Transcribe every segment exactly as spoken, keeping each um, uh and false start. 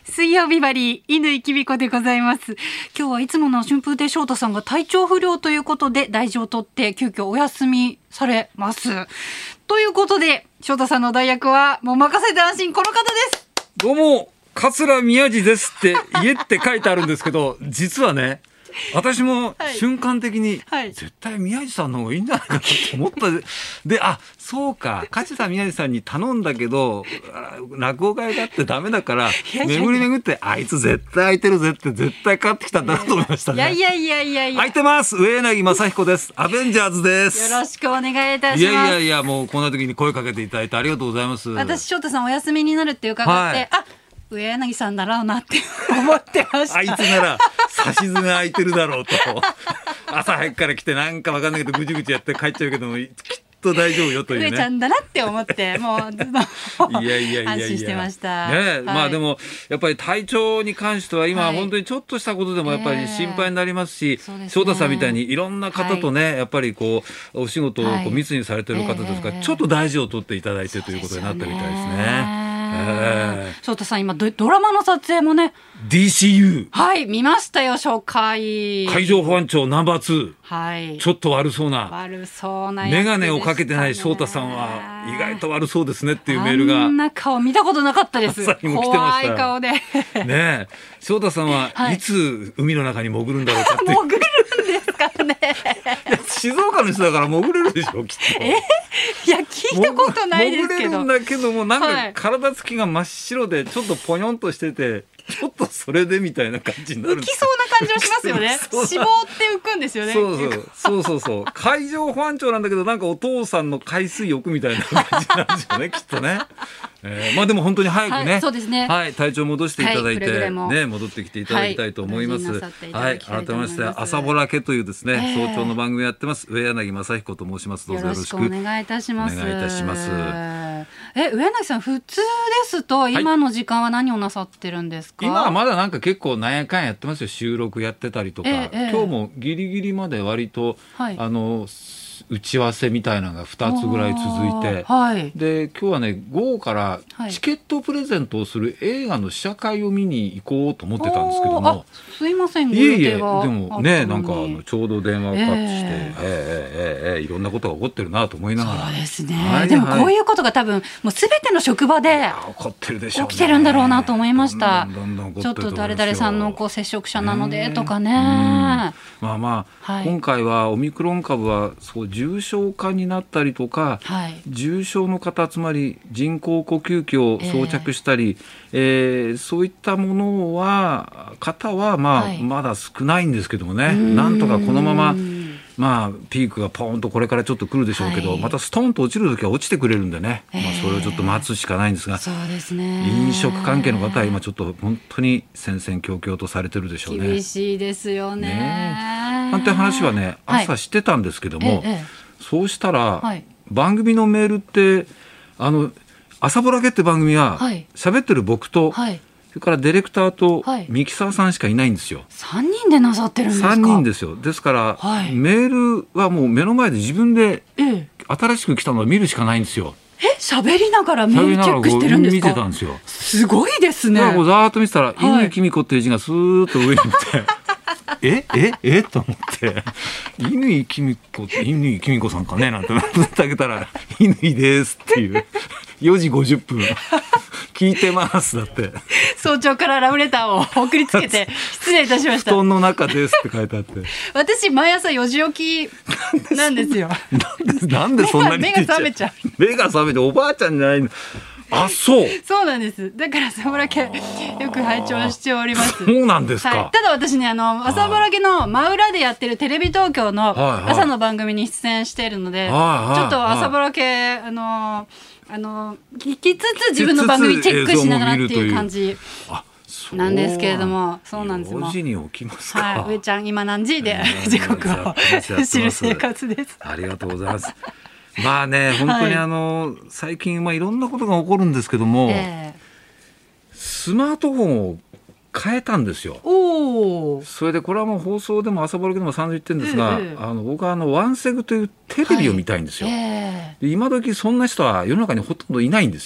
水曜日バリー乾きびこでございます。今日はいつもの春風亭昇太さんが体調不良ということで大事を取って急遽お休みされますということで、昇太さんの代役はもう任せて安心、この方です。 どうも桂宮治ですって家って書いてあるんですけど、実はね私も瞬間的に、はい、絶対宮治さんの方がいいんじゃないかと思ったで、あ、そうか、桂宮治さんに頼んだけど落語会だってダメだから巡り巡ってあいつ絶対空いてるぜって絶対買ってきたんだなと思いましたね。 いやいやいやいやいや、 空いてます。上柳正彦です。アベンジャーズです。 よろしくお願いいたします。 いやいやいや、もうこんな時に声かけていただいてありがとうございます。 私翔太さんお休みになるって伺って、はい、あ、上柳さんだろうなって思ってました。 あいつなら指図が空いてるだろうと朝早くから来てなんか分かんないけどぐちぐちやって帰っちゃうけどもきっと大丈夫よというね、 上ちゃんだなって思ってもうずっといやいやいやいや安心してました、 ね、 はい、 まあでもやっぱり体調に関しては今本当にちょっとしたことでもやっぱり心配になりますし、はい、翔太さんみたいにいろんな方とね、はい、やっぱりこうお仕事をこう密にされてる方ですから、はい、ちょっと大事を取っていただいてということになったみたいですね。 えー、翔太さん今 ド, ドラマの撮影もねディーシーユーはい見ましたよ。紹介海上保安庁ナンバーツー、 はい、 ちょっと悪そうな悪そうなメガネをかけてない翔太さんは意外と悪そうですねっていうメールが、 あんな顔見たことなかったです。怖い顔でね。翔太さんはいつ海の中に潜るんだろうかって潜るんですかね静岡の人だから潜れるでしょきっと。 えいや聞いたことないですけど、 潜れるんだけどもなんか体つきが真っ白でちょっとポヨンとしててちょっとそれでみたいな感じになる。 浮きそうな感じはしますよね脂肪って浮くんですよね。 そうそうそうそうそう海上保安庁なんだけどなんかお父さんの海水浴みたいな感じなんですよねきっとね。えー、まあでも本当に早くね、はい、 そうですね、 はい、体調戻していただいて、 はい、 ね、戻ってきていただきたいと思います。はい、改めまして朝ぼらけというですね、えー、早朝の番組やってます上柳正彦と申します。どうぞよろしくお願いいたします。 お願いいたします。 え、上柳さん普通ですと今の時間は何をなさってるんですか？ はい、今はまだなんか結構なんやかんやってますよ。収録やってたりとか、えー、今日もギリギリまで割と、はい、あの打ち合わせみたいなのがふたつぐらい続いて、はい、で今日はね午後からチケットプレゼントをする映画の試写会を見に行こうと思ってたんですけども、 すいません、 いえいえ、でもねなんかあのちょうど電話をかかってきて、えーえーえーえー、いろんなことが起こってるなと思いながら。 そうですね、はいはい、でもこういうことが多分もう全ての職場で起こってるでしょうね。 起きてるんだろうなと思いました。 どんどんどんどんちょっと誰々さんのこう接触者なのでとかね、 まあまあ、はい、今回はオミクロン株はそう重症化になったりとか、はい、重症の方つまり人工呼吸器を装着したり、えーえー、そういったものは方はまあ、はい、まだ少ないんですけどもね、なんとかこのまままあ、ピークがポーンとこれからちょっと来るでしょうけど、はい、またストーンと落ちるときは落ちてくれるんでね、えーまあ、それをちょっと待つしかないんですが、 そうですね、 飲食関係の方は今ちょっと本当に戦々恐々とされてるでしょうね。 厳しいですよ ね, ねなんて話はね朝してたんですけども、はいええ、そうしたら、はい、番組のメールってあの朝ぼらけって番組は喋、はい、ってる僕と、はいそれからディレクターとミキサーさんしかいないんですよ。 さんにんでなさってるんですか？ さんにんですよ。ですから、はい、メールはもう目の前で自分で新しく来たのを見るしかないんですよ。 え、喋りながらメールチェックしてるんですか？ 見てたんですよ。 すごいですね。 だからこうざーっと見てたら乾きみ子っていう字がスーッと上に行ってえええと思って乾きみ子って乾きみ子さんかねなんてなってあげたら乾ですっていうよじごじゅっぷん聞いてますだって早朝からラブレターを送りつけて失礼いたしました。 布団の中ですって書いてあって私毎朝よじ起きなんですよ。 なんで、なんでそんなに目が目が覚めちゃう目が覚めておばあちゃんじゃないの。あ、そうそうなんです。だから朝ぼらけよく拝聴しております。 そうなんですか、 はい、ただ私ねあの朝ぼらけの真裏でやってるテレビ東京の朝の番組に出演しているので、はいはい、ちょっと朝ぼらけあのあの聞きつつ自分の番組チェックしながらっていう感じなんですけれども、そうなんですよ。 よじに起きますか。 はい、上ちゃん今何時で時刻を知る生活です。 ありがとうございます。まあね本当にあの、はい、最近まあいろんなことが起こるんですけども、えー、スマートフォンを変えたんですよ。おそれでこれはもう放送でも朝ぼらけでも散々言ってるんですが、えー、あの僕はあのワンセグというテレビを見たいんですよ、はいえー、で今時そんな人は世の中にほとんどいないんですよ。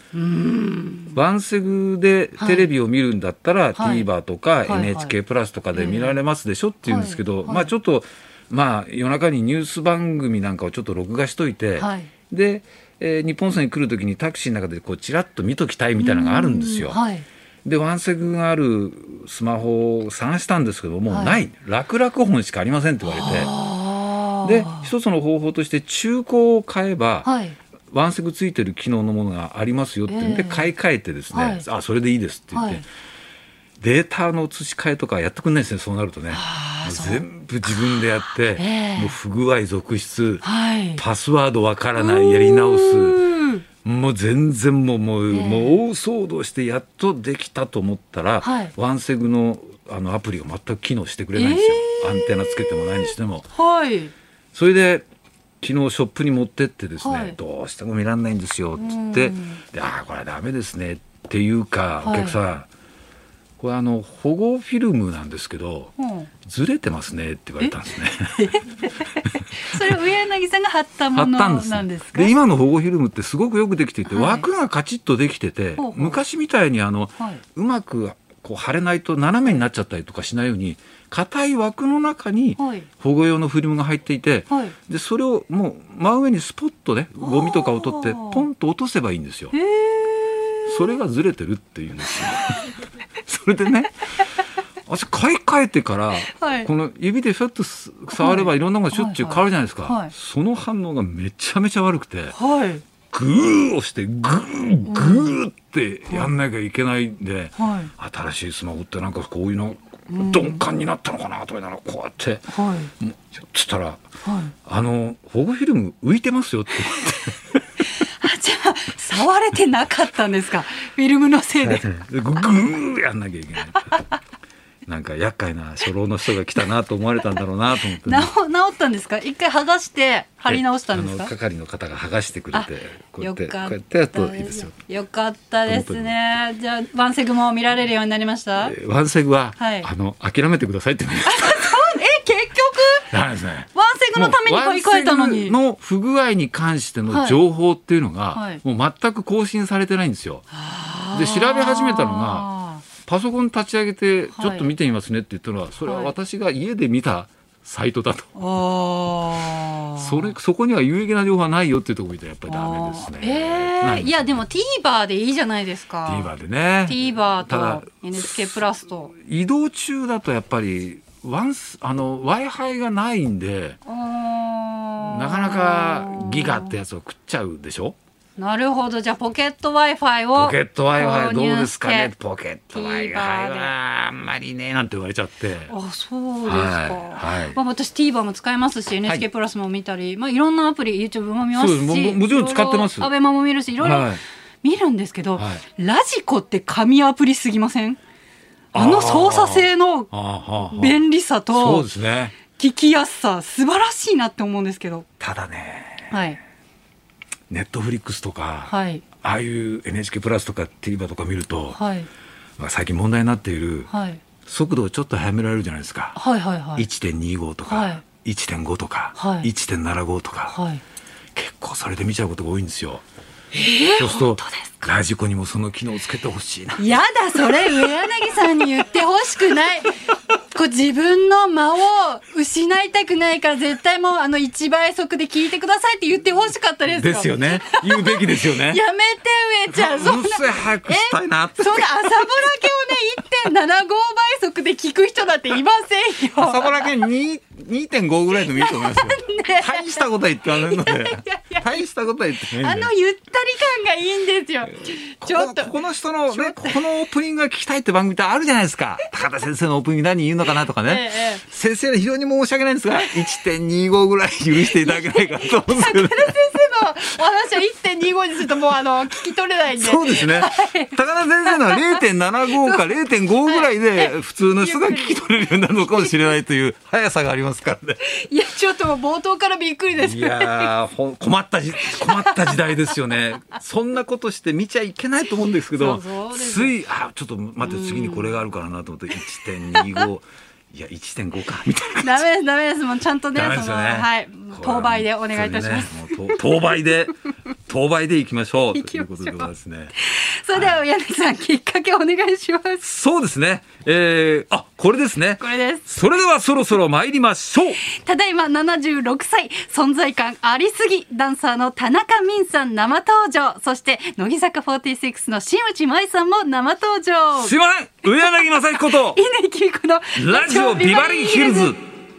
ワンセグでテレビを見るんだったら、はい、TVer とか エヌエイチケー プラスとかで見られますでしょって言うんですけど、はいはい、まあちょっとまあ夜中にニュース番組なんかをちょっと録画しといて、はい、で、えー、日本線に来るときにタクシーの中でこうチラッと見ときたいみたいなのがあるんですよ。はい、でワンセグがあるスマホを探したんですけども、はい、ない楽々本しかありませんって言われて、で一つの方法として中古を買えば、はい、ワンセグついてる機能のものがありますよって言って買い替えてですね、えーはい、あそれでいいですって言って、はい、データの移し替えとかやってくんないですね。そうなるとね、もう全部自分でやって、えー、もう不具合続出、はい、パスワードわからないやり直す、もう全然もう、もう、えー、もう大騒動してやっとできたと思ったら、はい、ワンセグの、あのアプリが全く機能してくれないんですよ、えー、アンテナつけてもないにしても、はい、それで昨日ショップに持ってってですね、はい、どうしても見られないんですよって言って、であこれはダメですねっていうか、お客さん、はい、これあの保護フィルムなんですけど、うん、ずれてますねって言われたんですね。 それ上柳さんが貼ったものなんですか？ で今の保護フィルムってすごくよくできていて、はい、枠がカチッとできてて、ほうほう、昔みたいにあの、はい、うまくこう貼れないと斜めになっちゃったりとかしないように、硬い枠の中に保護用のフィルムが入っていて、はい、でそれをもう真上にスポッとね、ゴミとかを取ってポンと落とせばいいんですよ。それがずれてるっていうんですよ。それでね、私買い替えてから、はい、この指でフッと触ればいろんなものがしょっちゅう変わるじゃないですか、はいはいはい、その反応がめちゃめちゃ悪くて、はい、グー押してグーグーってやんなきゃいけないんで、はい、新しいスマホってなんかこういうの鈍感になったのかなと思いながらこうやって、はい、もうつったら、はい、あの保護フィルム浮いてますよって言って。 あ、じゃあ触れてなかったんですか、フィルムのせいで。 でグーやんなきゃいけない。なんか厄介な初老の人が来たなと思われたんだろうなと思って、ね、 治ったんですか？一回剥がして貼り直したんですか？ あの係の方が剥がしてくれて、こうやってこうやってやるといいですよ。 よかったですね。じゃあワンセグも見られるようになりました？ えー、ワンセグは、はい、あの諦めてくださいって言われました。 え結局ダメですね。ワンセグのために買い替えたのに。ワンセグの不具合に関しての情報っていうのが、はい、もう全く更新されてないんですよ。で調べ始めたのがパソコン立ち上げてちょっと見てみますねって言ったのは、はい、それは私が家で見たサイトだと、はい、それそこには有益な情報はないよっていうところ見たらやっぱりダメですね。 えー、いやでも TVer でいいじゃないですか。 TVer でね、 TVer と エヌエイチケー プラスと移動中だとやっぱりワンスあの Wi-Fi がないんでなかなかギガってやつを食っちゃうでしょ。 なるほど。じゃあポケット Wi-Fi をポケット Wi-Fi どうですかね。ポケット Wi-Fi はあんまりねなんて言われちゃって。 あ、そうですか、はいはい、まあ、私 TVer も使いますし エヌエイチケー プラスも見たり、はい、まあ、いろんなアプリ YouTube も見ますし、 も, もちろん使ってます。 アベマも見るしいろいろ見るんですけど、はい、ラジコって神アプリすぎません？あの操作性の便利さとそうですね、 聞きやすさ素晴らしいなって思うんですけど。 ただね、 はい、 ネットフリックスとか、はい、ああいう エヌエイチケー プラスとか TVer とか見ると、はい、まあ、最近問題になっている、はい、速度をちょっと速められるじゃないですか、はいはいはい、いってんにじゅうご とか、はい、いってんご とか、はい、いってんななじゅうご とか、はい、結構それで見ちゃうことが多いんですよ。えー、そうするとラジコにもその機能をつけてほしいな。 やだ、それ上柳さんに言ってほしくないこう自分の間を失いたくないから絶対もうあのいちばい速で聞いてくださいって言ってほしかったですか。 ですよね、言うべきですよね。 やめて上ちゃん、 そんな早くしたいなって。 そんな朝ぼらけをね いってんななじゅうご 倍速で聞く人だっていませんよ。 朝ぼらけ にてんご ぐらいでもいいと思いますよ。大したことは言ってませんので。いやいやいや、大したことは言ってないんで。 あのゆったり感がいいんですよ。ちょっとここの人のね、ここのオープニングが聞きたいって番組ってあるじゃないですか。高田先生のオープニング何言うのかなとかね、ええ、先生非常に申し訳ないんですが いってんにじゅうご ぐらい許していただけないかと思うんですけど。 高田先生のお話は いってんにじゅうご にするともうあの聞き取れないんで。 そうですね、はい、高田先生のは れいてんななじゅうご か れいてんご ぐらいで普通の人が聞き取れるようになるのかもしれないという速さがありますからね。 いやちょっと冒頭からびっくりです。 いやほ困ったじ困った時代ですよね。そんなことして見ちゃいけないと思うんですけど、そうそうついあちょっと待って次にこれがあるからなと思って いってんにじゅうご いや いってんご かみたいな。 ダメですダメです、もうちゃんとね、その、はい、当倍でお願いいたします。 ね、もう当倍で当倍でいきましょうということでございますね。 それでは柳さん、はい、きっかけお願いします。 そうですね、えー、あこれですね。 これです。 それではそろそろ参りましょう。 ただいまななじゅうろくさい、存在感ありすぎダンサーの田中泯さん生登場。そして乃木坂フォーティーシックスの新内舞さんも生登場。 すいません、上柳正彦と乾きみ子のラジオビバリーヒルズ。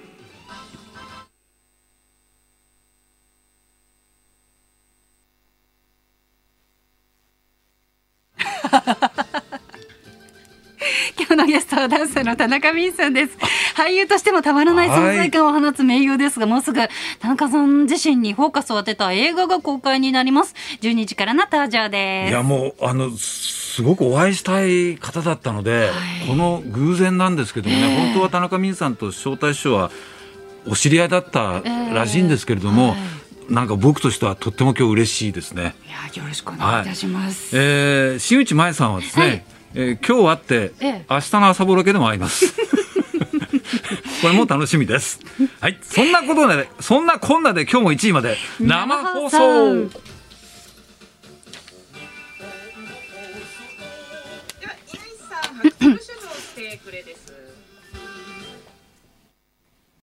今日のゲストはダンサーの田中泯さんです。俳優としてもたまらない存在感を放つ名優ですが、もうすぐ田中さん自身にフォーカスを当てた映画が公開になります。じゅうにじからの登場です。 いやもうあのすごくお会いしたい方だったので、はい、この偶然なんですけどもね、えー、本当は田中泯さんと招待師匠はお知り合いだったらしいんですけれども、えーはい、なんか僕としてはとっても今日嬉しいですね。 いやよろしくお願いいたします。 はい、えー、新内舞さんはですね、はい、えー、今日会って、ええ、明日の朝ぼろけでも会いますこれも楽しみです。はい、そんなことでそんなこんなで今日もいちじまで生放送。では乾さん、 初プルシュのステークレです。